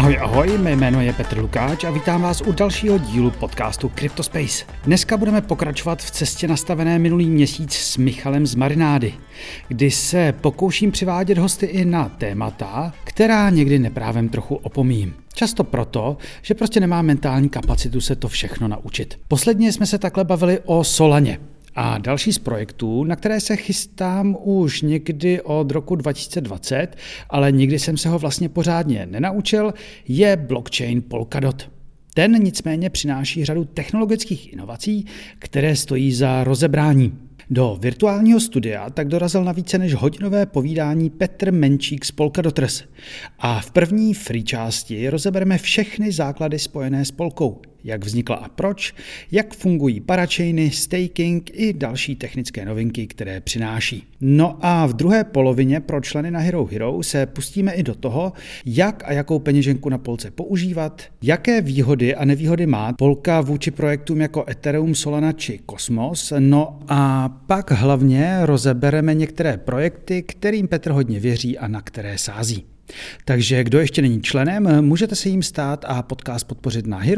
Ahoj, ahoj, mé jméno je Petr Lukáč a vítám vás u dalšího dílu podcastu CryptoSpace. Dneska budeme pokračovat v cestě nastavené minulý měsíc s Michalem z Marinády, kdy se pokouším přivádět hosty i na témata, která někdy neprávem trochu opomíjím. Často proto, že prostě nemám mentální kapacitu se to všechno naučit. Posledně jsme se takhle bavili o Solaně. A další z projektů, na které se chystám už někdy od roku 2020, ale nikdy jsem se ho vlastně pořádně nenaučil, je blockchain Polkadot. Ten nicméně přináší řadu technologických inovací, které stojí za rozebrání. Do virtuálního studia tak dorazil na více než hodinové povídání Petr Menčík z Polkadoters. A v první free části rozebereme všechny základy spojené s Polkou. Jak vznikla a proč, jak fungují parachainy, staking i další technické novinky, které přináší. No a v druhé polovině pro členy na Hero Hero se pustíme i do toho, jak a jakou peněženku na Polce používat, jaké výhody a nevýhody má Polka vůči projektům jako Ethereum, Solana či Cosmos. No a pak hlavně rozebereme některé projekty, kterým Petr hodně věří a na které sází. Takže kdo ještě není členem, můžete se jim stát a podcast podpořit na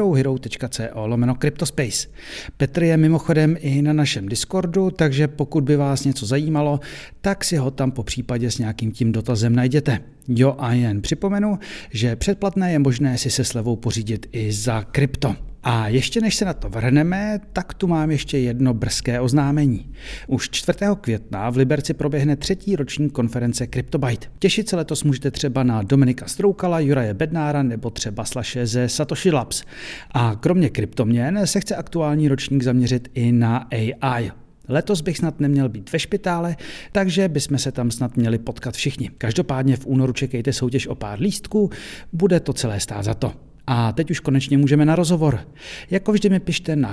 herohero.co/CryptoSpace. Petr je mimochodem i na našem Discordu, takže pokud by vás něco zajímalo, tak si ho tam po případě s nějakým tím dotazem najděte. Jo, a jen připomenu, že předplatné je možné si se slevou pořídit i za krypto. A ještě než se na to vrhneme, tak tu mám ještě jedno brzké oznámení. Už 4. května v Liberci proběhne 3. roční konference CryptoByte. Těšit se letos můžete třeba na Dominika Stroukala, Juraje Bednára nebo třeba Slaše ze Satoshi Labs. A kromě kryptoměn se chce aktuální ročník zaměřit i na AI. Letos bych snad neměl být ve špitále, takže bychom se tam snad měli potkat všichni. Každopádně v únoru čekejte soutěž o pár lístků, bude to celé stát za to. A teď už konečně můžeme na rozhovor. Jako vždy mi pište na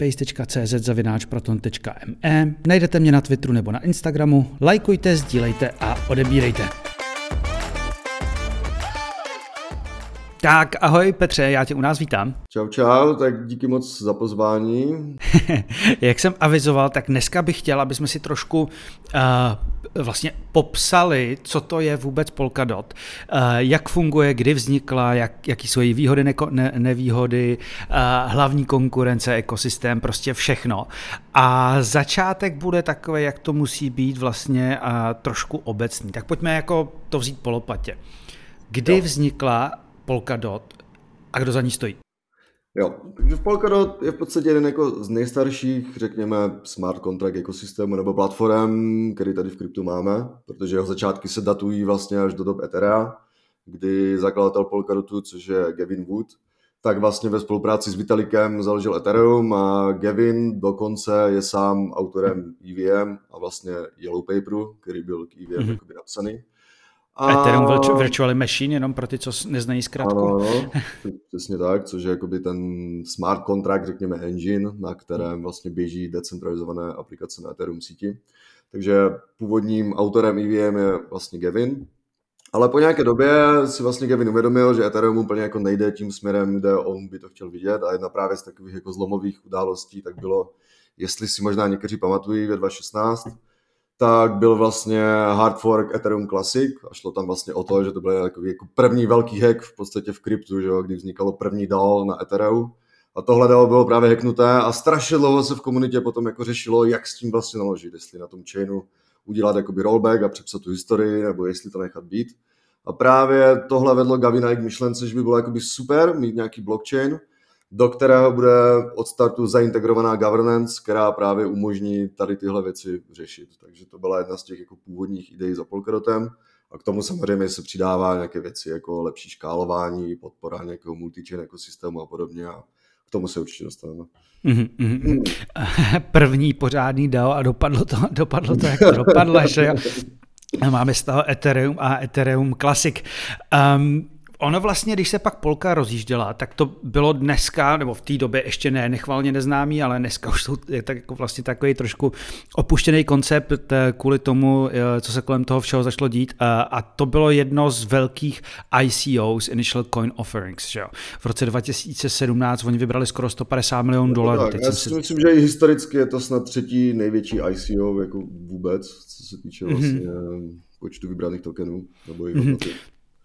cryptospace.cz@proton.me, najdete mě na Twitteru nebo na Instagramu, lajkujte, sdílejte a odebírejte. Tak, ahoj Petře, já tě u nás vítám. Čau, tak díky moc za pozvání. Jak jsem avizoval, tak dneska bych chtěl, aby jsme si trošku vlastně popsali, co to je vůbec Polkadot, jak funguje, kdy vznikla, jaký jsou její výhody, nevýhody, hlavní konkurence, ekosystém, prostě všechno. A začátek bude takový, jak to musí být vlastně trošku obecný. Tak pojďme jako to vzít po lopatě. Kdy vznikla Polkadot a kdo za ní stojí? Jo, takže Polkadot je v podstatě jeden jako z nejstarších, řekněme, smart contract ekosystému nebo platform, který tady v kryptu máme, protože jeho začátky se datují vlastně až do dob Etherea, kdy zakladatel Polkadotu, což je Gavin Wood, tak vlastně ve spolupráci s Vitalikem založil Ethereum a Gavin dokonce je sám autorem EVM a vlastně Yellow Paperu, který byl k EVM jakoby napsaný. Ethereum Virtual Machine, jenom pro ty, co neznají zkrátku. Ano, přesně tak, což je jakoby ten smart contract, řekněme engine, na kterém vlastně běží decentralizované aplikace na Ethereum síti. Takže původním autorem EVM je vlastně Gavin, ale po nějaké době si vlastně Gavin uvědomil, že Ethereum úplně jako nejde tím směrem, kde on by to chtěl vidět, a jedna právě z takových jako zlomových událostí tak bylo, jestli si možná někteří pamatují, ve 2016, tak byl vlastně hard fork Ethereum Classic a šlo tam vlastně o to, že to byl jako první velký hack v podstatě v kryptu, že jo, kdy vznikalo první DAO na Ethereum a tohle DAO bylo právě hacknuté a strašně dlouho se v komunitě potom jako řešilo, jak s tím vlastně naložit, jestli na tom chainu udělat jakoby rollback a přepsat tu historii, nebo jestli to nechat být. A právě tohle vedlo Gavina k myšlence, že by bylo jakoby super mít nějaký blockchain, do kterého bude od startu zaintegrovaná governance, která právě umožní tady tyhle věci řešit. Takže to byla jedna z těch jako původních ideí za Polkadotem. A k tomu samozřejmě se přidává nějaké věci jako lepší škálování, podpora nějakého multi-chain ekosystému a podobně. A k tomu se určitě dostaneme. První pořádný DAO a dopadlo to jak to dopadlo, že jo? Máme z toho Ethereum a Ethereum Classic. Ono vlastně, když se pak Polka rozjížděla, tak to bylo dneska, nebo v té době ještě nechvalně neznámý, ale dneska už je tak jako vlastně takový trošku opuštěný koncept kvůli tomu, co se kolem toho všeho začalo dít. A to bylo jedno z velkých ICOs, Initial Coin Offerings. Že jo? V roce 2017 oni vybrali skoro $150 milionů. Já si myslím, že i historicky je to snad třetí největší ICO jako vůbec, co se týče vlastně počtu vybraných tokenů. Nebo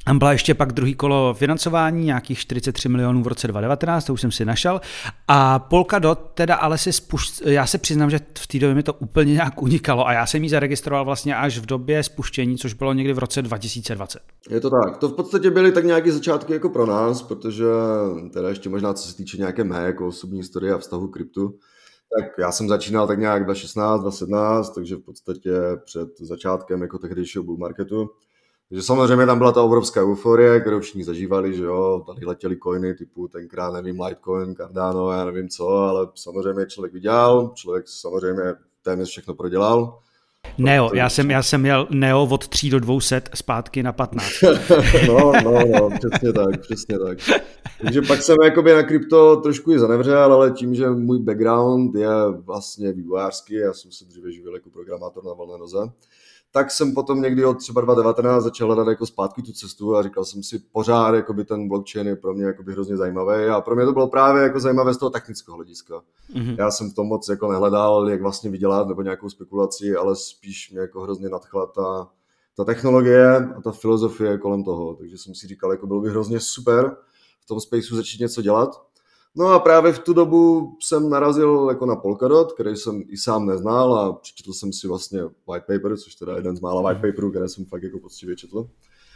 Tam byla ještě pak druhý kolo financování, nějakých 43 milionů v roce 2019, to už jsem si našel. A Polkadot teda ale já se přiznám, že v té době mi to úplně nějak unikalo a já jsem ji zaregistroval vlastně až v době spuštění, což bylo někdy v roce 2020. Je to tak. To v podstatě byly tak nějaké začátky jako pro nás, protože teda ještě možná co se týče nějaké mé jako osobní historie a vztahu k kryptu, tak já jsem začínal tak nějak 2016, 2017, takže v podstatě před začátkem jako tehdejšího bull marketu. Takže samozřejmě tam byla ta obrovská euforie, kterou všichni zažívali, že jo, tady letěly coiny typu tenkrát, nevím, Litecoin, Cardano, já nevím co, ale samozřejmě člověk vydělal, člověk samozřejmě téměř všechno prodělal. Neo, já jsem měl Neo od 3 do 200 zpátky na 15. No, přesně tak. Takže pak jsem jakoby na krypto trošku i zanevřel, ale tím, že můj background je vlastně vývojářský, já jsem se dříve živil jako programátor na volné noze, tak jsem potom někdy od třeba 2019 začal hledat jako zpátky tu cestu a říkal jsem si pořád, jakoby ten blockchain je pro mě jakoby hrozně zajímavý a pro mě to bylo právě jako zajímavé z toho technického hlediska. Mm-hmm. Já jsem v tom moc jako nehledal, jak vlastně vydělat nebo nějakou spekulaci, ale spíš mě jako hrozně nadchla ta technologie a ta filozofie kolem toho, takže jsem si říkal, jako bylo by hrozně super v tom spaceu začít něco dělat. No a právě v tu dobu jsem narazil jako na Polkadot, který jsem i sám neznal a přečetl jsem si vlastně white paper, což teda jeden z mála white paperů, které jsem fakt jako poctivě četl.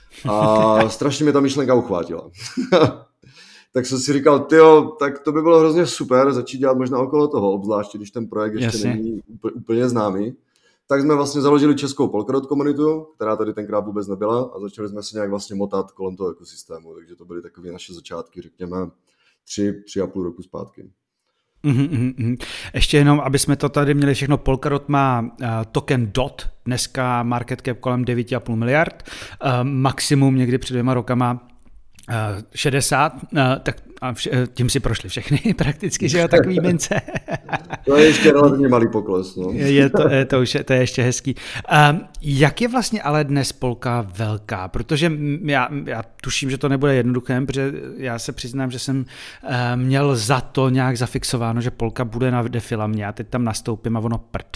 A strašně mě ta myšlenka uchvátila. Tak jsem si říkal, tak to by bylo hrozně super začít dělat možná okolo toho, obzvláště když ten projekt ještě není úplně známý. Tak jsme vlastně založili českou Polkadot komunitu, která tady tenkrát vůbec nebyla a začali jsme se nějak vlastně motat kolem toho ekosystému, takže to byly takové naše začátky, řekněme, 3,5 roku zpátky. Ještě jenom, aby jsme to tady měli všechno, Polkadot má token DOT, dneska market cap kolem 9,5 miliard, maximum někdy před 2 rokama 60, tak tím si prošli všechny prakticky, že jo, takový mince. To je ještě relativně malý pokles. No. To je ještě hezký. Jak je vlastně ale dnes Polka velká? Protože já tuším, že to nebude jednoduché, protože já se přiznám, že jsem měl za to nějak zafixováno, že Polka bude na defilamě a teď tam nastoupím a ono prd.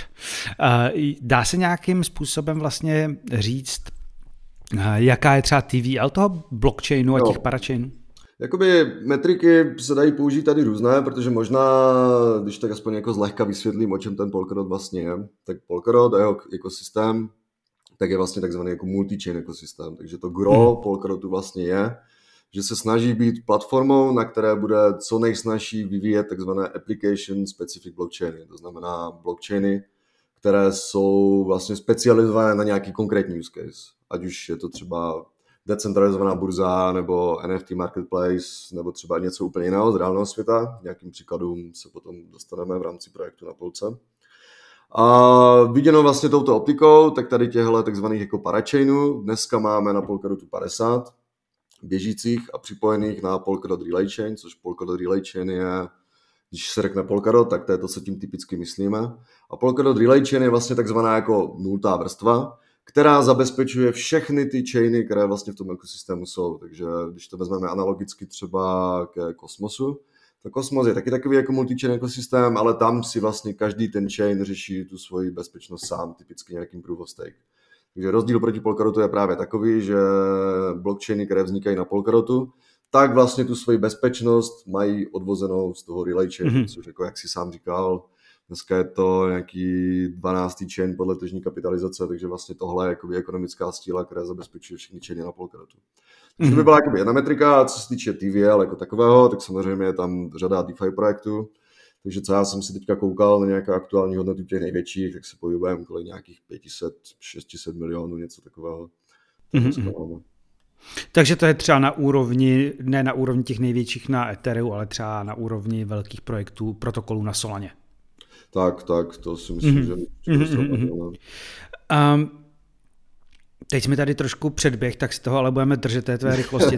Dá se nějakým způsobem vlastně říct, jaká je třeba TVL toho blockchainu a těch parachainů? Jakoby metriky se dají použít tady různé, protože možná, když tak aspoň jako zlehka vysvětlím, o čem ten Polkadot vlastně je, tak Polkadot a jeho ekosystém, tak je vlastně takzvaný jako multi-chain ekosystém. Takže to gro Polkadotu vlastně je, že se snaží být platformou, na které bude co nejsnažší vyvíjet takzvané application specific blockchainy. To znamená blockchainy, které jsou vlastně specializované na nějaký konkrétní use case. Ať už je to třeba decentralizovaná burza nebo NFT marketplace nebo třeba něco úplně jiného z reálného světa. Nějakým příkladům se potom dostaneme v rámci projektu na Polce. A viděno vlastně touto optikou, tak tady těchto takzvaných jako parachainů dneska máme na Polkadotu 50 běžících a připojených na Polkadot Relay Chain, což Polkadot Relay Chain je, když se řekne Polkadot, tak to je to, co tím typicky myslíme. A Polkadot Relay Chain je vlastně takzvaná jako nultá vrstva, která zabezpečuje všechny ty chainy, které vlastně v tom ekosystému jsou. Takže když to vezmeme analogicky třeba ke Kosmosu, tak Kosmos je taky takový jako multi-chain ekosystém, ale tam si vlastně každý ten chain řeší tu svoji bezpečnost sám, typicky nějakým proof of stake. Takže rozdíl proti Polkadotu je právě takový, že blockchainy, které vznikají na Polkadotu, tak vlastně tu svoji bezpečnost mají odvozenou z toho relay chainu, což jako jak si sám říkal, dneska je to nějaký 12. chain podle tržní kapitalizace, takže vlastně tohle je jakoby ekonomická síla, která zabezpečuje všechny chainy na Polkadotu. To by byla jakoby jedna metrika, a co se týče TVL jako takového, tak samozřejmě je tam řada DeFi projektů, takže co já jsem si teďka koukal na nějaké aktuální hodnotu těch největších, tak se pohybujeme kolem nějakých 500-600 milionů, něco takového. Takže to je třeba na úrovni, ne na úrovni těch největších na Ethereum, ale třeba na úrovni velkých projektů protokolů na Solaně. Tak, to si myslím, že teď jsme tady trošku předběh, tak z toho ale budeme držet té tvé rychlosti.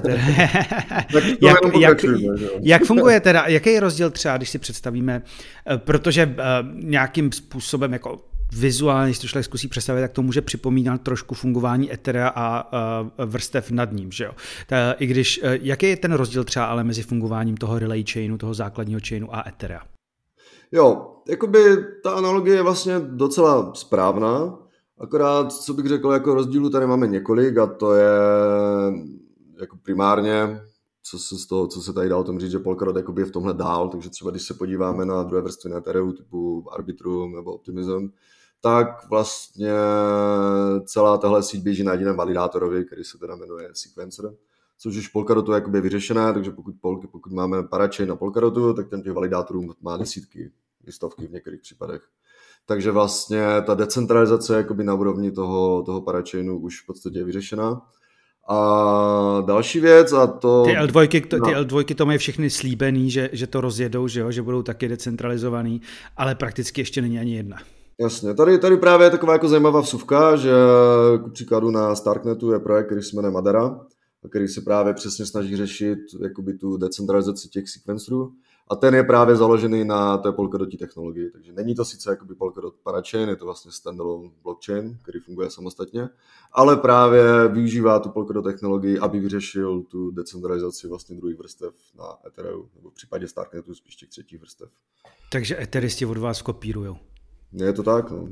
Jak funguje teda, jaký je rozdíl třeba, když si představíme, protože nějakým způsobem jako vizuálně, když to člověk zkusí představit, tak to může připomínat trošku fungování Ethera a vrstev nad ním, že jo. I když, jaký je ten rozdíl třeba ale mezi fungováním toho relay chainu, toho základního chainu a Ethera? Jo, jakoby ta analogie je vlastně docela správná, akorát, co bych řekl, jako rozdílu tady máme několik a to je, jako primárně, co se tady dá o tom říct, že Polkadot jakoby je v tomhle dál, takže třeba když se podíváme na druhé vrstvy na Ethereum typu Arbitrum nebo Optimism, tak vlastně celá tahle síť běží na jediném validátorovi, který se teda jmenuje Sequencer, což už Polkadotu je jakoby vyřešené, takže pokud máme parachain na Polkadotu, tak ten těch validátorů má desítky, stovky v některých případech. Takže vlastně ta decentralizace jakoby na úrovni toho parachainu už v podstatě je vyřešená. A další věc a to... Ty L2 to mají všechny slíbený, že to rozjedou, že budou taky decentralizovaný, ale prakticky ještě není ani jedna. Jasně, tady právě je taková jako zajímavá vsuvka, že k příkladu na Starknetu je projekt, který se jmenuje Madara, který se právě přesně snaží řešit jakoby tu decentralizaci těch sequencerů. A ten je právě založený na té Polkadotí technologii. Takže není to sice jakoby Polkadot parachain, je to vlastně standalone blockchain, který funguje samostatně, ale právě využívá tu Polkadot technologii, aby vyřešil tu decentralizaci vlastně druhých vrstev na Ethereum, nebo v případě Starknetu spíš těch třetích vrstev. Takže Etheristi od vás kopírujou. Je to tak, no.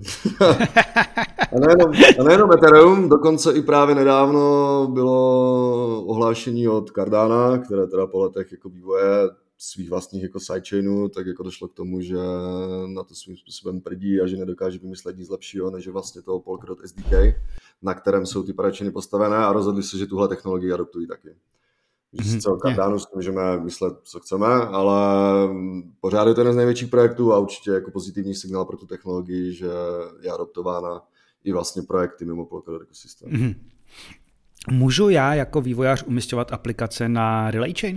A nejenom Ethereum, dokonce i právě nedávno bylo ohlášení od Cardana, které teda po letech jako vývoje svých vlastních jako sidechainů, tak jako došlo k tomu, že na to svým způsobem prdí a že nedokáže vymyslet nic lepšího, než vlastně toho Polkadot SDK, na kterém jsou ty parachainy postavené a rozhodli se, že tuhle technologii adoptují taky. Sice o Cardanu si můžeme myslet, co chceme, ale pořád je to jeden z největších projektů a určitě jako pozitivní signál pro tu technologii, že je adoptována i vlastně projekty mimo Polkadot ekosystém. Mm-hmm. Můžu já jako vývojář umisťovat aplikace na Relay Chain?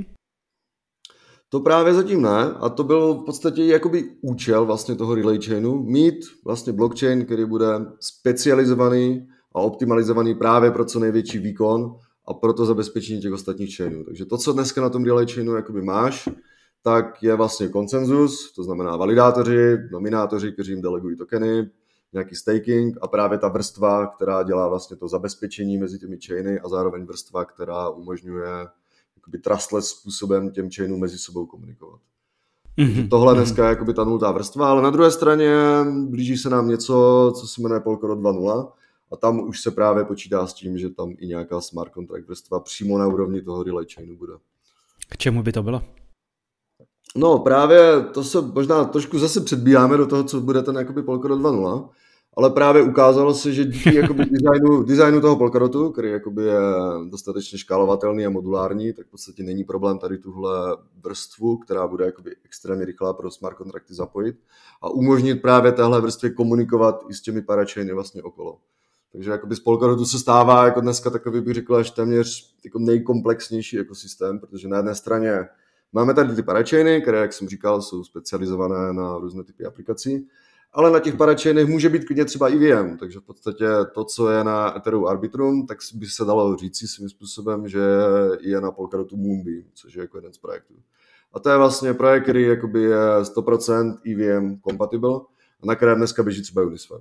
To právě zatím ne a to byl v podstatě jakoby účel vlastně toho Relay Chainu, mít vlastně blockchain, který bude specializovaný a optimalizovaný právě pro co největší výkon a pro to zabezpečení těch ostatních chainů. Takže to, co dneska na tom Relay Chainu jakoby máš, tak je vlastně konsenzus, to znamená validátoři, nominátoři, kteří jim delegují tokeny, nějaký staking a právě ta vrstva, která dělá vlastně to zabezpečení mezi těmi chainy a zároveň vrstva, která umožňuje jakoby trustless způsobem těm chainům mezi sebou komunikovat. Mm-hmm. Tohle dneska je jakoby ta nultá vrstva, ale na druhé straně blíží se nám něco, co se jmenuje Polkadot 2.0 a tam už se právě počítá s tím, že tam i nějaká smart contract vrstva přímo na úrovni toho relay chainu bude. K čemu by to bylo? No právě to se možná trošku zase předbíháme do toho, co bude ten jakoby Polkadot 2.0, ale právě ukázalo se, že díky jakoby designu toho Polkadotu, který jakoby je dostatečně škálovatelný a modulární, tak v podstatě není problém tady tuhle vrstvu, která bude jakoby extrémně rychlá pro smart kontrakty zapojit a umožnit právě téhle vrstvě komunikovat i s těmi parachainy vlastně okolo. Takže jakoby z Polkadotu se stává jako dneska takový, bych řekl, až téměř jako nejkomplexnější ekosystém, protože na jedné straně máme tady ty parachainy, které, jak jsem říkal, jsou specializované na různé typy aplikací, ale na těch parachainech může být klidně třeba i VM, takže v podstatě to, co je na Ethereum Arbitrum, tak by se dalo říci svým způsobem, že je na Polkadotu Moonbeam, což je jako jeden z projektů. A to je vlastně projekt, který jakoby je 100% EVM compatible a na kterém dneska běží třeba Uniswap.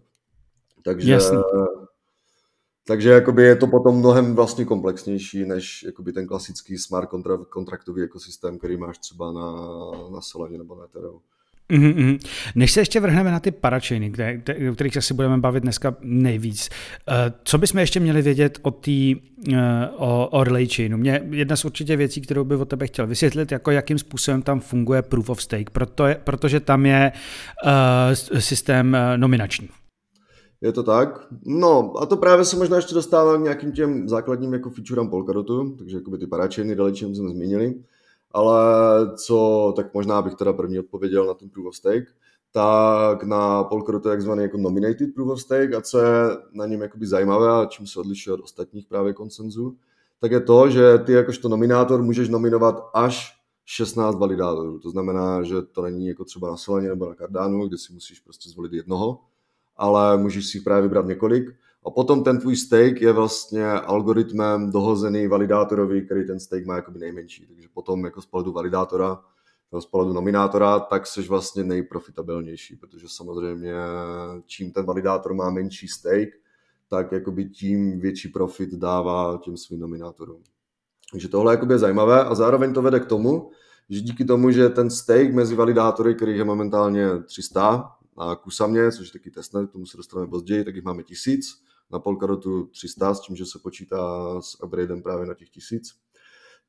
Takže jakoby je to potom mnohem vlastně komplexnější než jakoby ten klasický smart kontraktový ekosystém, který máš třeba na Solaně nebo na Ethereum. Mm-hmm. Než se ještě vrhneme na ty parachainy, o kterých asi budeme bavit dneska nejvíc, co bychom ještě měli vědět o Relay Chainu? Jedna z určitě věcí, kterou by od tebe chtěl vysvětlit, jako jakým způsobem tam funguje Proof of Stake, protože tam je systém nominační. Je to tak? No a to právě se možná ještě dostává k nějakým těm základním jako featurám Polkadotu, takže jakoby ty parachainy, Relay Chain jsme zmínili. Ale co, tak možná bych teda první odpověděl na ten Proof of Stake, tak na Polkadotu je takzvaný jako nominated Proof of Stake a co je na něm jakoby zajímavé a čím se odlišuje od ostatních právě konsenzů, tak je to, že ty jakožto nominátor můžeš nominovat až 16 validátorů. To znamená, že to není jako třeba na Solaně nebo na Cardanu, kde si musíš prostě zvolit jednoho, ale můžeš si právě vybrat několik. A potom ten tvůj stake je vlastně algoritmem dohozený validátorovi, který ten stake má jakoby nejmenší. Takže potom jako z pohledu validátora, z pohledu nominátora, tak jsi vlastně nejprofitabilnější, protože samozřejmě čím ten validátor má menší stake, tak jakoby tím větší profit dává těm svým nominátorům. Takže tohle jakoby je zajímavé a zároveň to vede k tomu, že díky tomu, že ten stake mezi validátory, kterých je momentálně 300 na Kusamě, což je taky testnet, k tomu se dostaneme později, tak jich máme 1000, na Polkadotu 300, s tím, že se počítá s upgradem právě na těch 1000.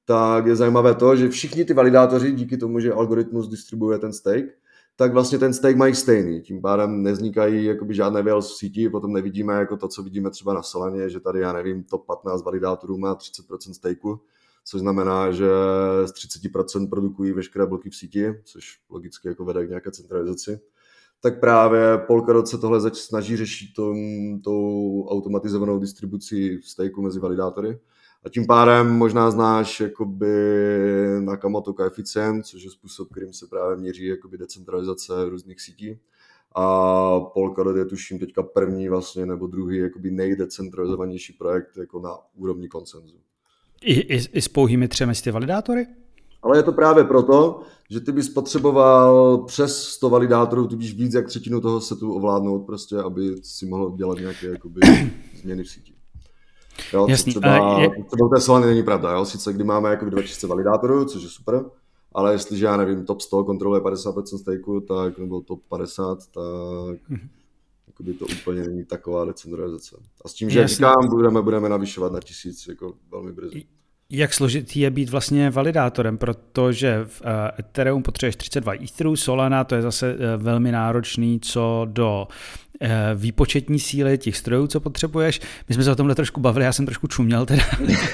tak je zajímavé to, že všichni ty validátoři, díky tomu, že algoritmus distribuuje ten stake, tak vlastně ten stake mají stejný. Tím pádem nevznikají jakoby žádné whales v síti, potom nevidíme jako to, co vidíme třeba na Solaně, že tady, já nevím, top 15 validátorů má 30% stakeu, což znamená, že z 30% produkují veškeré bloky v síti, což logicky jako vede k nějaké centralizaci. Tak právě Polkadot se tohle snaží řešit tou automatizovanou distribucí stakeu mezi validátory. A tím pádem možná znáš jakoby Nakamoto koeficient, což je způsob, kterým se právě měří jakoby decentralizace různých sítí. A Polkadot je tuším teďka první vlastně nebo druhý jakoby nejdecentralizovanější projekt jako na úrovni konsenzu. I s pouhými 300 validátory? Ale je to právě proto, že ty bys potřeboval přes 100 validátorů, tudíž víc jak třetinu toho setu ovládnout prostě, aby si mohl dělat nějaké jakoby změny v síti. Jo, jasný. Třeba u té Solany není pravda, jo? Sice kdy máme jakoby 2000 validátorů, což je super, ale jestliže, já nevím, top 100 kontroluje 50% stakeu, tak, nebo top 50, tak jakoby to úplně není taková decentralizace. A s tím, že říkám, budeme navyšovat na 1000 jako velmi brzy. Jak složitý je být vlastně validátorem, protože v Ethereum potřebuješ 32 Etherů, Solana to je zase velmi náročný co do výpočetní síly těch strojů, co potřebuješ. My jsme se o tomhle trošku bavili, já jsem trošku čuměl teda.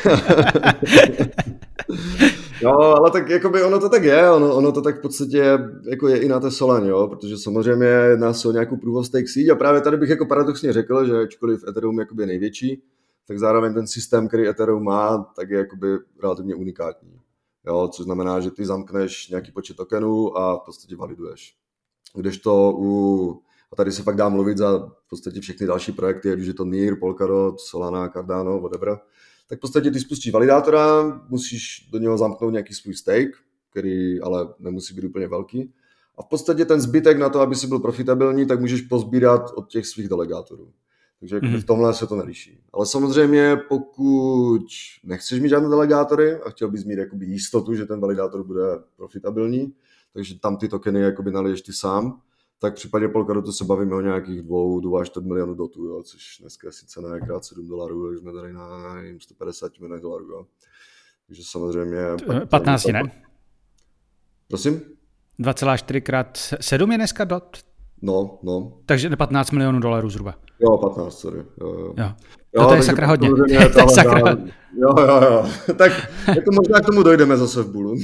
No, ale tak jakoby ono to tak je, ono to tak v podstatě jako je i na té Solaně, jo, protože samozřejmě jedná se o nějakou proof of stake síť a právě tady bych jako paradoxně řekl, že ačkoliv Ethereum jakoby je největší, tak zároveň ten systém, který Ethereum má, tak je jakoby relativně unikátní. Jo, což znamená, že ty zamkneš nějaký počet tokenů a v podstatě validuješ. Kdežto a tady se fakt dá mluvit za v podstatě všechny další projekty, ať už je to NEAR, Polkadot, Solana, Cardano, whatever, tak v podstatě ty spustíš validátora, musíš do něho zamknout nějaký svůj stake, který ale nemusí být úplně velký. A v podstatě ten zbytek na to, aby si byl profitabilní, tak můžeš pozbírat od těch svých delegátorů. Takže v tomhle se to neliší. Ale samozřejmě, pokud nechceš mít žádné delegátory a chtěl bys mít jakoby jistotu, že ten validátor bude profitabilní, takže tam ty tokeny jakoby naliješ ty sám, tak v případě Polkadotu se bavíme o nějakých 2 až 4 milionů dotů, jo, což dneska je sice na krát $7, takže jsme tady na 150 milionů dolarů. Jo. Takže samozřejmě... 15, ne? Prosím? 2,4 krát 7 je dneska dot? No. Takže 15 milionů dolarů zhruba. Jo, 15, sorry. Jo. To je sakra hodně. To je sakra hodně. Jo. Tak jako možná k tomu dojdeme zase v bulu.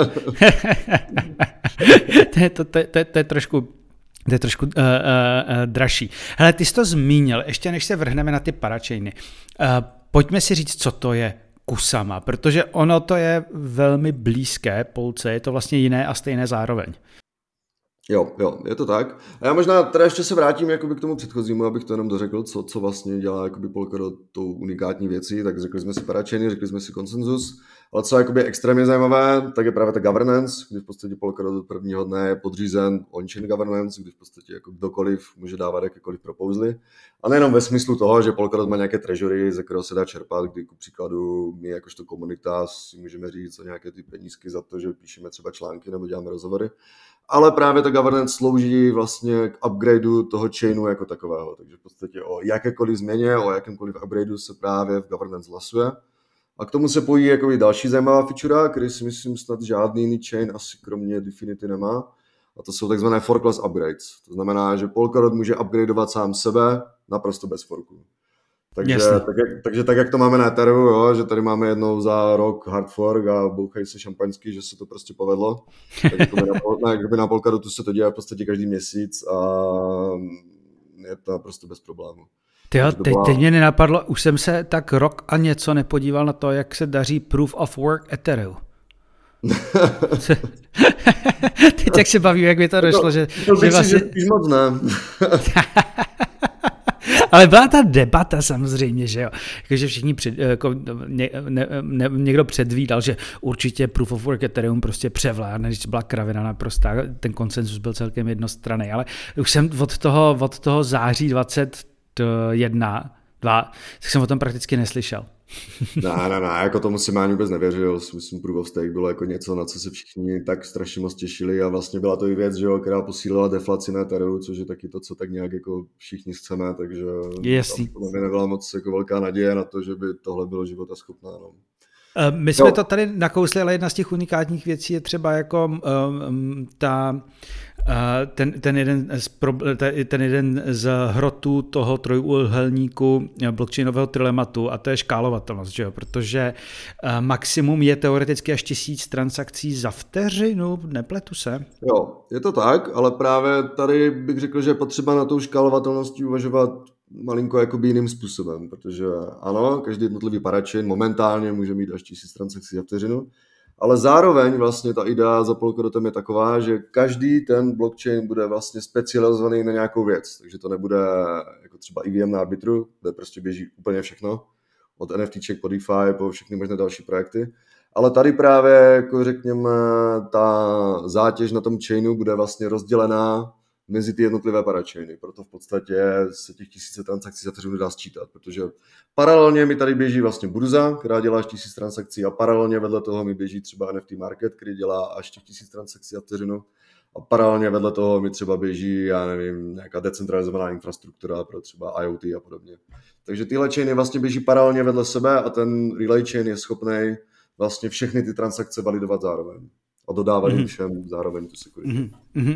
To je trošku dražší. Hele, ty jsi to zmínil, ještě než se vrhneme na ty parachainy. Pojďme si říct, co to je Kusama, protože ono to je velmi blízké Polce, je to vlastně jiné a stejné zároveň. Jo, je to tak. A já možná teda ještě se vrátím jakoby k tomu předchozímu, abych to jenom dořekl, co vlastně dělá jakoby Polkadot tou unikátní věcí, tak řekli jsme si parachainy, řekli jsme si konsenzus, ale co je jakoby extrémně zajímavé, tak je právě ta governance, kdy v podstatě Polkadot od prvního dne je podřízen on-chain governance, kdy v podstatě jako kdokoliv může dávat jakékoliv propouzly. A nejenom ve smyslu toho, že Polkadot má nějaké treasury, ze kterého se dá čerpat, kdy ku příkladu my jakožto komunita si můžeme říct o nějaké ty penízky za to, že píšeme třeba články nebo děláme rozhovory. Ale právě ta governance slouží vlastně k upgradeu toho chainu jako takového. Takže v podstatě o jakékoliv změně, o jakémkoliv upgradeu se právě v governance hlasuje. A k tomu se pojí jako další zajímavá feature, který si myslím snad žádný jiný chain asi kromě Dfinity nemá. A to jsou takzvané forkless upgrades. To znamená, že Polkadot může upgradeovat sám sebe naprosto bez forku. Takže tak, jak to máme na Ethereum, jo, že tady máme jednou za rok hard fork a bouchají se šampaňský, že se to prostě povedlo. Tak jako na Polkadotu se to dělá v podstatě každý měsíc a je to naprosto bez problému. Teď mě nenapadlo, už jsem se tak rok a něco nepodíval na to, jak se daří Proof of Work Ethereum. Teď jak se bavím, jak mi to došlo, že vlastně... spíš moc ne. Ale byla ta debata samozřejmě, že jo, jakože všichni někdo předvídal, že určitě Proof of Work Ethereum prostě převládne, když byla kravina naprostá, ten konsenzus byl celkem jednostranný, ale už jsem od toho září 21, tak jsem o tom prakticky neslyšel. Ne, jako tomu si ani vůbec nevěřil, myslím, Proof of Stake bylo jako něco, na co se všichni tak strašně moc těšili a vlastně byla to i věc, že jo, která posílila deflaci na Ethereum, což je taky to, co tak nějak jako všichni chceme, takže tam nebyla moc jako velká naděje na to, že by tohle bylo životaschopné. No. My jsme to tady nakousli, ale jedna z těch unikátních věcí je třeba jako ten jeden z hrotů toho trojúhelníku blockchainového trilematu, a to je škálovatelnost, že jo? Protože maximum je teoreticky až 1000 transakcí za vteřinu, nepletu se? Jo, je to tak, ale právě tady bych řekl, že je potřeba na tou škálovatelností uvažovat malinko jakoby jiným způsobem, protože ano, každý jednotlivý parachain momentálně může mít až 1000 transakcí za vteřinu, ale zároveň vlastně ta idea za Polkadotem je taková, že každý ten blockchain bude vlastně specializovaný na nějakou věc, takže to nebude jako třeba EVM na Arbitru, kde prostě běží úplně všechno, od NFTček po DeFi, po všechny možné další projekty, ale tady právě, jako řekněme, ta zátěž na tom chainu bude vlastně rozdělená mezi ty jednotlivé parachainy. Proto v podstatě se těch 1000 transakcí za vteřinu dá sčítat, protože paralelně mi tady běží vlastně burza, která dělá až 1000 transakcí a paralelně vedle toho mi běží třeba NFT Market, který dělá až těch 1000 transakcí za vteřinu a paralelně vedle toho mi třeba běží, já nevím, nějaká decentralizovaná infrastruktura pro třeba IoT a podobně. Takže tyhle chainy vlastně běží paralelně vedle sebe a ten relay chain je schopný vlastně všechny ty transakce validovat zároveň a dodávat jim všem zároveň tu security.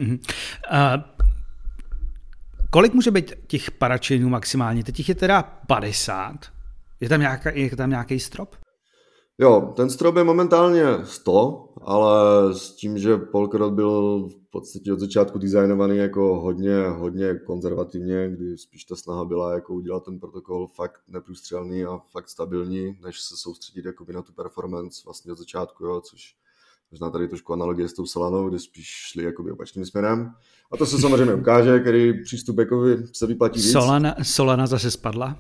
Kolik může být těch parachainů maximálně? Teď je teda 50. Je tam nějaký strop? Jo, ten strop je momentálně 100, ale s tím, že Polkadot byl v podstatě od začátku designovaný jako hodně konzervativně, kdy spíš ta snaha byla jako udělat ten protokol fakt neprůstřelný a fakt stabilní, než se soustředit jakoby na tu performance vlastně od začátku, jo, což možná tady trošku analogie s tou Solanou, kde spíš šli jakoby opačným směrem. A to se samozřejmě ukáže, který přístup jakoby se vyplatí víc. Solana zase spadla.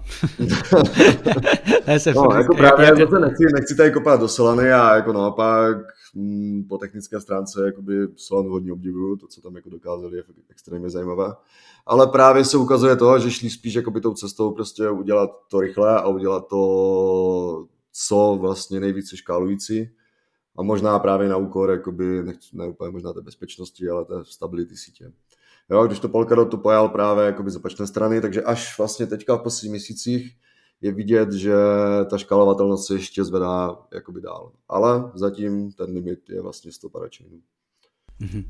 Jako právě nechci tady kopat do Solany a jako naopak po technické stránce jakoby Solanu hodně obdivuju, to, co tam jako dokázali, je extrémně zajímavé. Ale právě se ukazuje to, že šli spíš jakoby tou cestou prostě udělat to rychle a udělat to, co vlastně nejvíce škálující. A možná právě na úkor, jakoby, ne úplně možná té bezpečnosti, ale té stability sítě. Jo, když to Polkadot to pojal právě jakoby z opačné strany, takže až vlastně teďka v posledních měsících je vidět, že ta škálovatelnost se ještě zvedá jakoby dál. Ale zatím ten limit je vlastně 100 parachainů. Mm-hmm.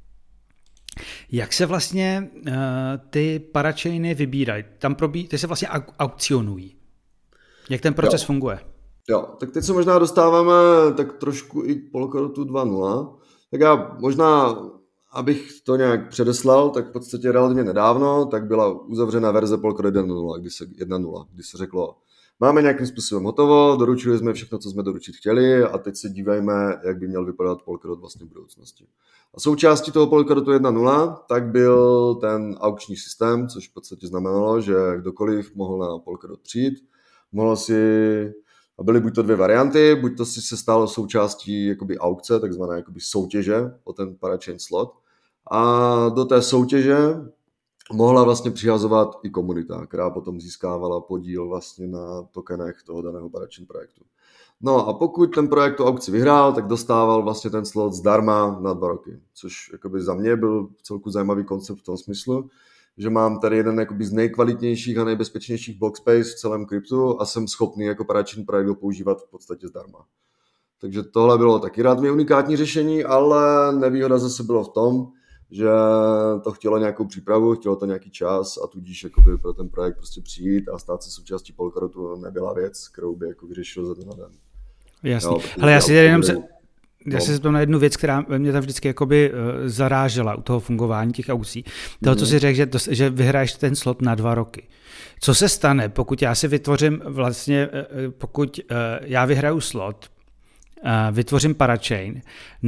Jak se vlastně ty parachainy vybírají? Ty se vlastně aukcionují. Jak ten proces funguje? Jo, tak teď se možná dostáváme tak trošku i k Polkadotu 2.0. Tak já možná, abych to nějak předeslal, tak v podstatě relativně nedávno, tak byla uzavřena verze Polkadot 1.0, kdy se řeklo, máme nějakým způsobem hotovo, doručili jsme všechno, co jsme doručit chtěli a teď se dívejme, jak by měl vypadat Polkadot vlastně v budoucnosti. A součástí toho Polkadotu 1.0 tak byl ten aukční systém, což v podstatě znamenalo, že kdokoliv mohl na Polkadot přijít, mohl si. A byly buď to dvě varianty, buď to si se stalo součástí jakoby aukce, takzvané jakoby soutěže o ten parachain slot. A do té soutěže mohla vlastně přihazovat i komunita, která potom získávala podíl vlastně na tokenech toho daného parachain projektu. No a pokud ten projekt tu aukci vyhrál, tak dostával vlastně ten slot zdarma na 2 roky, což jakoby za mě byl celku zajímavý koncept v tom smyslu, že mám tady jeden jakoby z nejkvalitnějších a nejbezpečnějších blockspace v celém kryptu a jsem schopný jako parachain projekt používat v podstatě zdarma. Takže tohle bylo taky relativně unikátní řešení, ale nevýhoda zase bylo v tom, že to chtělo nějakou přípravu, chtělo to nějaký čas a tudíž jakoby pro ten projekt prostě přijít a stát se součástí Polkadotu nebyla věc, kterou by jako vyřešil za den na den. Jasně, ale já si jenom Já se zeptám na jednu věc, která mě tam vždycky jakoby zarážela u toho fungování těch aukcí. Toho, co si řekl, že vyhraješ ten slot na 2 roky. Co se stane, pokud já si vytvořím pokud já vyhraju slot, vytvořím parachain,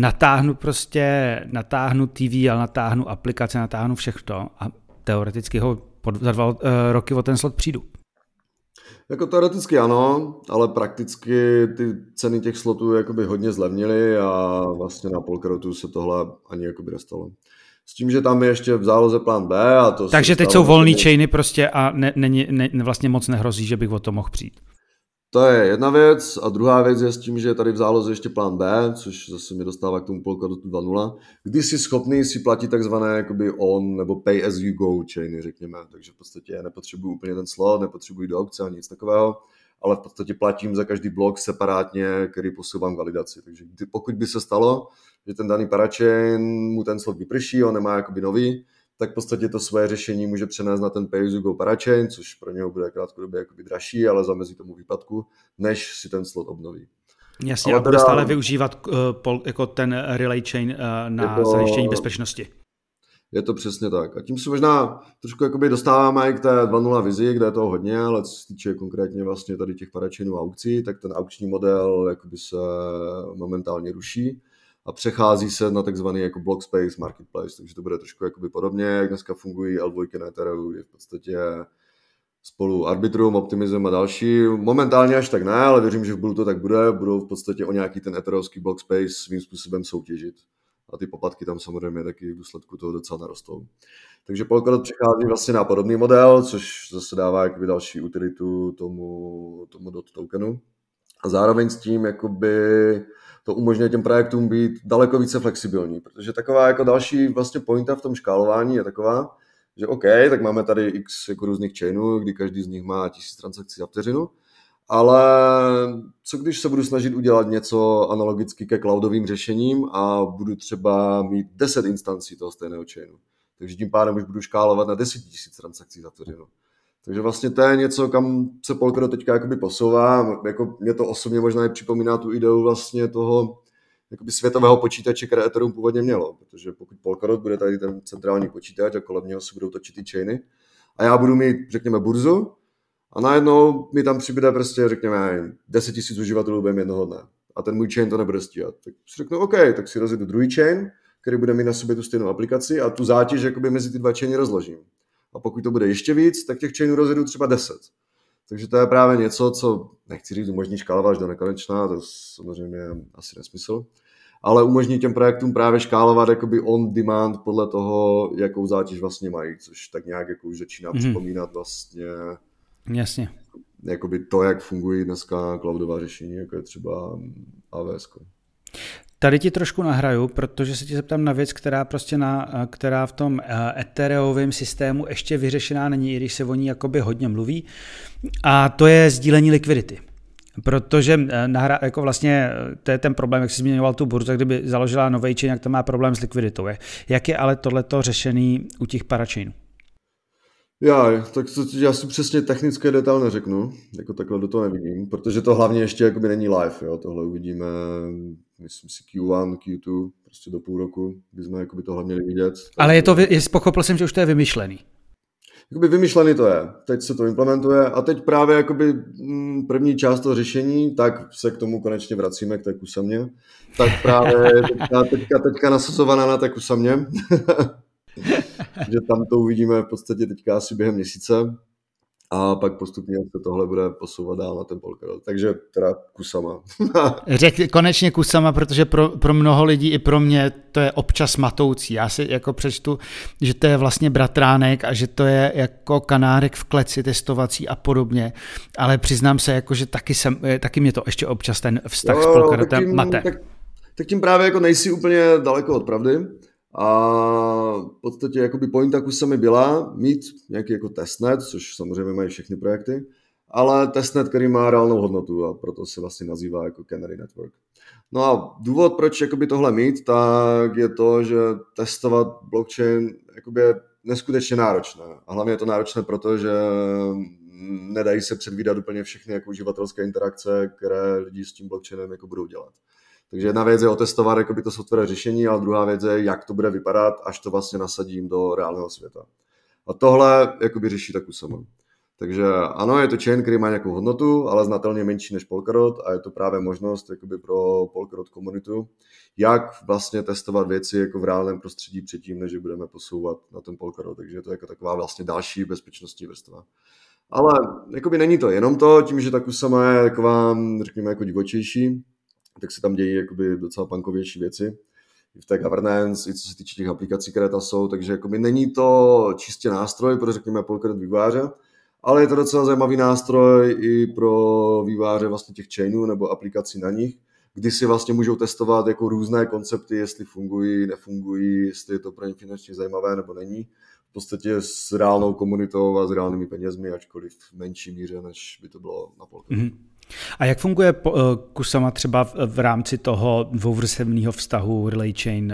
natáhnu TV, ale natáhnu aplikace, natáhnu všechno a teoreticky ho za 2 roky o ten slot přijdu. Jako teoreticky ano, ale prakticky ty ceny těch slotů jakoby hodně zlevnily a vlastně na Polkadotu se tohle ani jakoby nestalo. S tím, že tam je ještě v záloze plán B a to. Takže teď jsou volný chainy prostě a vlastně moc nehrozí, že bych o to mohl přijít. To je jedna věc a druhá věc je s tím, že je tady v záloze ještě plán B, což zase mi dostává k tomu Polkadotu 2.0, kdy jsi schopný si platit takzvané jakoby on nebo pay as you go chainy, řekněme. Takže v podstatě nepotřebuji úplně ten slot, nepotřebuji do aukce ani nic takového, ale v podstatě platím za každý blok separátně, který posouvám k validaci. Takže pokud by se stalo, že ten daný parachain mu ten slot vyprší, on nemá jakoby nový, tak v podstatě to svoje řešení může přenést na ten pay-as-you-go parachain, což pro něho bude krátkodobě jakoby dražší, ale zamezí tomu výpadku, než si ten slot obnoví. Jasně, ale a bude stále využívat jako ten relay chain na zajištění bezpečnosti. Je to přesně tak. A tím se možná trošku jakoby dostáváme i k té 2.0 vizi, kde je toho hodně, ale co se týče konkrétně vlastně tady těch parachainů a aukcí, tak ten aukční model jakoby se momentálně ruší a přechází se na takzvaný jako block space marketplace, takže to bude trošku jakoby podobně, jak dneska fungují L2 na Ethereum, je v podstatě spolu Arbitrum, Optimism a další. Momentálně až tak ne, ale věřím, že v budoucnu to tak bude, budou v podstatě o nějaký ten ethereovský block space svým způsobem soutěžit. A ty poplatky tam samozřejmě taky v důsledku toho docela narostou. Takže Polkadot přichází vlastně na podobný model, což zase dává jakoby další utilitu tomu DOT tokenu. A zároveň s tím jakoby to umožňuje těm projektům být daleko více flexibilní, protože taková jako další vlastně pointa v tom škálování je taková, že OK, tak máme tady x jako různých chainů, kdy každý z nich má 1000 transakcí za vteřinu, ale co když se budu snažit udělat něco analogicky ke cloudovým řešením a budu třeba mít 10 instancí toho stejného chainu. Takže tím pádem už budu škálovat na 10 000 transakcí za vteřinu. Takže vlastně to je něco, kam se Polkadot teďka jakoby posouvá. Jako mě to osobně možná i připomíná tu ideu vlastně toho jakoby světového počítače, které Ethereum původně mělo. Protože pokud Polkadot bude tady ten centrální počítač a kolem něho se budou točit ty chainy a já budu mít, řekněme, burzu, a najednou mi tam přibude prostě, řekněme, 10 000 uživatelů během jednoho dne. A ten můj chain to nebude stíhat. Tak si řeknu, OK, tak si rozjedu druhý chain, který bude mít na sobě tu stejnou aplikaci a tu zátěž jakoby mezi ty dva chainy rozložím. A pokud to bude ještě víc, tak těch chainů rozjedu třeba 10. Takže to je právě něco, co, nechci říct, umožní škálovat až do nekonečna, to samozřejmě asi nesmysl, ale umožní těm projektům právě škálovat jakoby on demand podle toho, jakou zátěž vlastně mají, což tak nějak jako už začíná připomínat vlastně jasně. Jakoby to, jak fungují dneska cloudová řešení, jako je třeba AWS. Tady ti trošku nahraju, protože se ti zeptám na věc, která v tom Ethereovém systému ještě vyřešená není, i když se o ní jakoby hodně mluví, a to je sdílení likvidity. Protože jako vlastně to je ten problém, jak jsi zmiňoval tu burzu, kdyby založila nový chain, jak to má problém s likviditou. Jak je ale tohleto řešený u těch parachainů? Tak já si přesně technické detail neřeknu, jako takhle do toho nevidím, protože to hlavně ještě jakoby není live, jo, tohle uvidíme, myslím si Q1, Q2, prostě do půl roku, kdy jsme jakoby tohle měli vidět. Ale pochopil jsem, že už to je vymyšlený. Jakoby vymyšlený to je, teď se to implementuje a teď právě jakoby první část toho řešení, tak se k tomu konečně vracíme, k té kusamě, tak právě teďka nasazovaná na té kusamě. Že tam to uvidíme v podstatě teďka asi během měsíce a pak postupně se tohle bude posouvat dál na ten Polkadot. Takže teda Kusama. Řekl konečně Kusama, protože pro mnoho lidí i pro mě to je občas matoucí. Já si jako přečtu, že to je vlastně bratránek a že to je jako kanárek v kleci testovací a podobně, ale přiznám se, jako, že taky mě to ještě občas ten vztah s Polkadotem mate. Tak tím právě jako nejsi úplně daleko od pravdy. A v podstatě jakoby pointa Kusamy byla mít nějaký jako testnet, což samozřejmě mají všechny projekty, ale testnet, který má reálnou hodnotu a proto se vlastně nazývá jako Canary Network. No a důvod, proč jakoby tohle mít, tak je to, že testovat blockchain jakoby je neskutečně náročné. A hlavně je to náročné, protože nedají se předvídat úplně všechny jako uživatelské interakce, které lidi s tím blockchainem jako budou dělat. Takže jedna věc je otestovat jakoby to software řešení, ale druhá věc je, jak to bude vypadat, až to vlastně nasadím do reálného světa. A tohle jakoby řeší ta Kusama. Takže ano, je to chain, který má nějakou hodnotu, ale znatelně menší než Polkadot a je to právě možnost jakoby pro Polkadot komunitu, jak vlastně testovat věci jako v reálném prostředí předtím, než je budeme posouvat na ten Polkadot. Takže je to jako taková vlastně další bezpečnostní vrstva. Ale jakoby není to jenom to, tím, že ta Kusama je taková, řekněme, jako divočejší, tak se tam dějí jakoby docela punkovější věci. I v té governance, i co se týče těch aplikací, které tam jsou, takže jakoby není to čistě nástroj pro, řekněme, Polkadot vývojáře, ale je to docela zajímavý nástroj i pro vývojáře vlastně těch chainů nebo aplikací na nich, kdy si vlastně můžou testovat jako různé koncepty, jestli fungují, nefungují, jestli je to pro ně finančně zajímavé nebo není. V podstatě s reálnou komunitou a s reálnými penězmi, ačkoliv v menší míře, než by to bylo na Polkadotu. Mm-hmm. A jak funguje Kusama třeba v rámci toho dvouvrstevného vztahu Relay Chain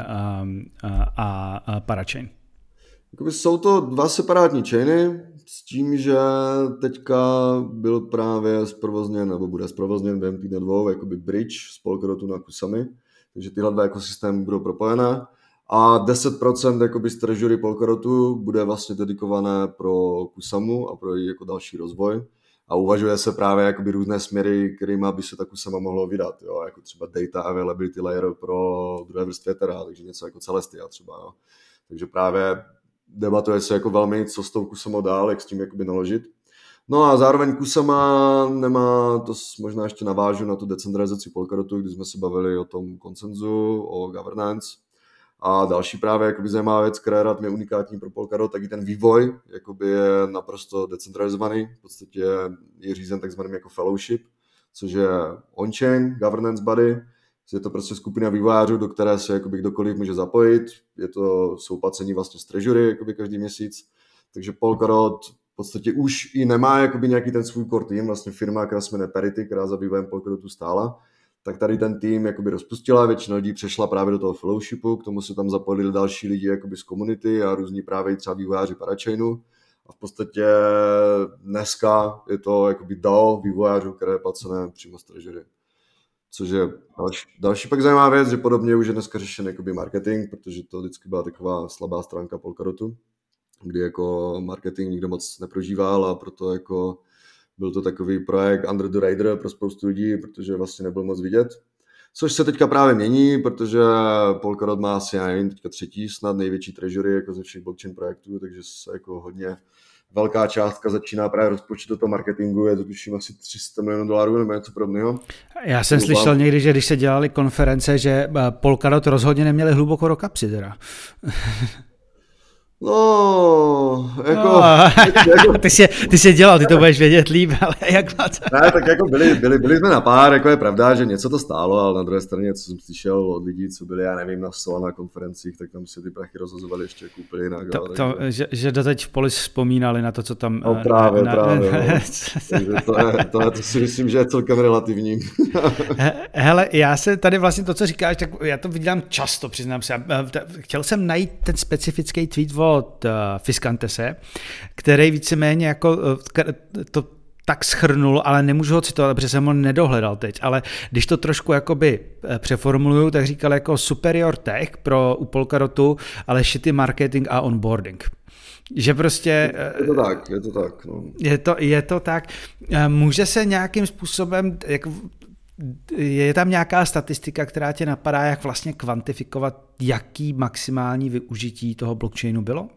a Parachain? Jsou to dva separátní chainy s tím, že teďka byl právě zprovozněn, nebo bude zprovozněn během týdne dvou, jakoby bridge z Polkadotu na Kusamy, takže tyhle dva ekosystémy budou propojené a 10% jakoby z treasury Polkadotu bude vlastně dedikované pro Kusamu a pro její jako další rozvoj. A uvažuje se právě jakoby různé směry, kterými by se ta Kusama mohlo vydat, jo? Jako třeba data availability layer pro druhé vrstvě Etherea, takže něco jako Celestia třeba. Jo? Takže právě debatuje se jako velmi, co s tou Kusamou dál, jak s tím jakoby naložit. No a zároveň Kusama nemá, to možná ještě navážu na tu decentralizaci Polkadotu, kdy jsme se bavili o tom konsenzu, o governance. A další právě jakoby zajímavá věc, která je rád mě unikátní pro Polkadot, tak i ten vývoj jakoby je naprosto decentralizovaný. V podstatě je řízen takzvaným jako fellowship, což je on-chain governance body. Je to prostě skupina vývojářů, do které se jakoby kdokoliv může zapojit. Jsou placení vlastně z treasury jakoby každý měsíc. Takže Polkadot v podstatě už i nemá jakoby nějaký ten svůj core team, vlastně firma, která se jmenuje Parity, která za vývojem Polkadotu stála. Tak tady ten tým jakoby rozpustila, většina lidí přešla právě do toho fellowshipu, k tomu se tam zapojili další lidi jakoby z komunity a různí právě třeba vývojáři Parachainu. A v podstatě dneska je to jakoby DAO vývojářů, které je placené přímo z treasury. Což je další pak zajímavá věc, že podobně už je dneska řešen jakoby marketing, protože to vždycky byla taková slabá stránka Polkadotu, kdy jako marketing nikdo moc neprožíval a proto jako byl to takový projekt under the radar pro spoustu lidí, protože vlastně nebyl moc vidět. Což se teďka právě mění, protože Polkadot má asi, já nevím, teďka třetí snad největší treasury jako ze všech blockchain projektů, takže se jako hodně velká částka začíná právě rozpočet do toho marketingu, je to tuším asi $300 milionů nebo něco podobného. Já jsem slyšel někdy, že když se dělali konference, že Polkadot rozhodně neměli hluboko do kapsy teda. No, ty jsi dělal, ty to budeš vědět líp, ale jak máte? Ne, tak jako byli jsme na pár, jako je pravda, že něco to stálo, ale na druhé straně, co jsem slyšel od lidí, co byli, já nevím, na Solana konferencich, tak tam si ty prachy rozhazovali ještě jako úplně jinak. Že doteď v Polis vzpomínali na to, co tam... No právě. To si myslím, že je celkem relativní. Hele, já se tady vlastně to, co říkáš, tak já to vidím často, přiznám se. Chtěl jsem najít ten specifický tweet od Fiskantese, který víceméně jako to tak shrnul, ale nemůžu ho citovat, protože jsem ho nedohledal teď, ale když to trošku jakoby přeformuluju, tak říkal jako superior tech u Polkadotu, ale shitty marketing a onboarding. Že prostě... Je to tak. No. Je to tak. Může se nějakým způsobem... Je tam nějaká statistika, která tě napadá, jak vlastně kvantifikovat, jaký maximální využití toho blockchainu bylo?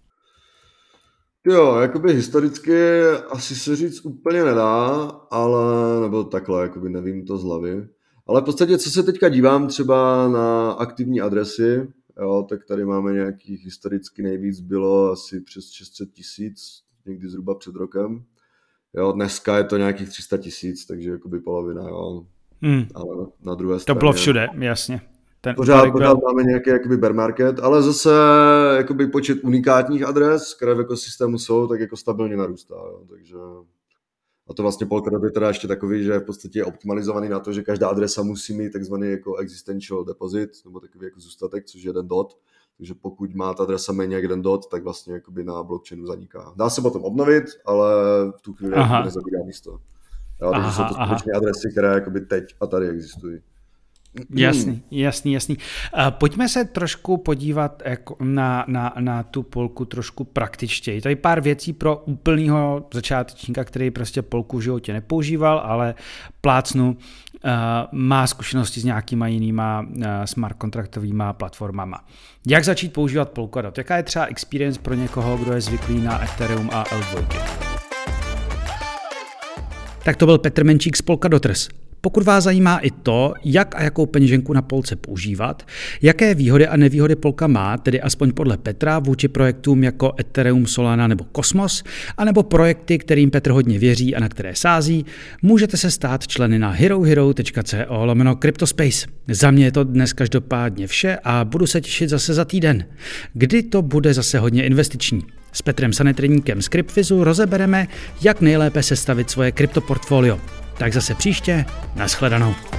Jo, jakoby historicky asi se říct úplně nedá, ale, nebo takhle, jakoby nevím to z hlavy. Ale v podstatě, co se teďka dívám třeba na aktivní adresy, jo, tak tady máme nějakých historicky nejvíc bylo asi přes 600 000, někdy zhruba před rokem. Jo, dneska je to nějakých 300 000, takže jakoby polovina, jo. Ale na druhé straně... To bylo všude, jasně. Pořád máme nějaký jakoby bear market, ale zase jakoby počet unikátních adres, které v ekosystému jsou, tak jako stabilně narůstá. Jo. Takže... A to vlastně Polkadot je teda ještě takový, že v podstatě je optimalizovaný na to, že každá adresa musí mít takzvaný jako existential deposit, nebo takový jako zůstatek, což je 1 dot. Takže pokud má ta adresa méně jak 1 dot, tak vlastně jakoby na blockchainu zaniká. Dá se potom obnovit, ale v tu chvíli nezabírá místo. Jo, takže jsou to skutečně adresy, které jakoby teď a tady existují. Jasný. Pojďme se trošku podívat jako na tu Polku trošku praktičtěji. Tady pár věcí pro úplného začátečníka, který prostě Polku v životě nepoužíval, ale plácnu, má zkušenosti s nějakýma jinýma smart kontraktovýma platformama. Jak začít používat Polkadot? Jaká je třeba experience pro někoho, kdo je zvyklý na Ethereum a L2? Tak to byl Petr Menčík z Polkadoters. Pokud vás zajímá i to, jak a jakou peněženku na Polce používat, jaké výhody a nevýhody Polka má, tedy aspoň podle Petra, vůči projektům jako Ethereum, Solana nebo Cosmos, anebo projekty, kterým Petr hodně věří a na které sází, můžete se stát členy na herohero.co/cryptospace. Za mě je to dnes každopádně vše a budu se těšit zase za týden, kdy to bude zase hodně investiční. S Petrem Sanetryníkem z Cryptvizu rozebereme, jak nejlépe sestavit svoje kryptoportfolio. Tak zase příště, nashledanou.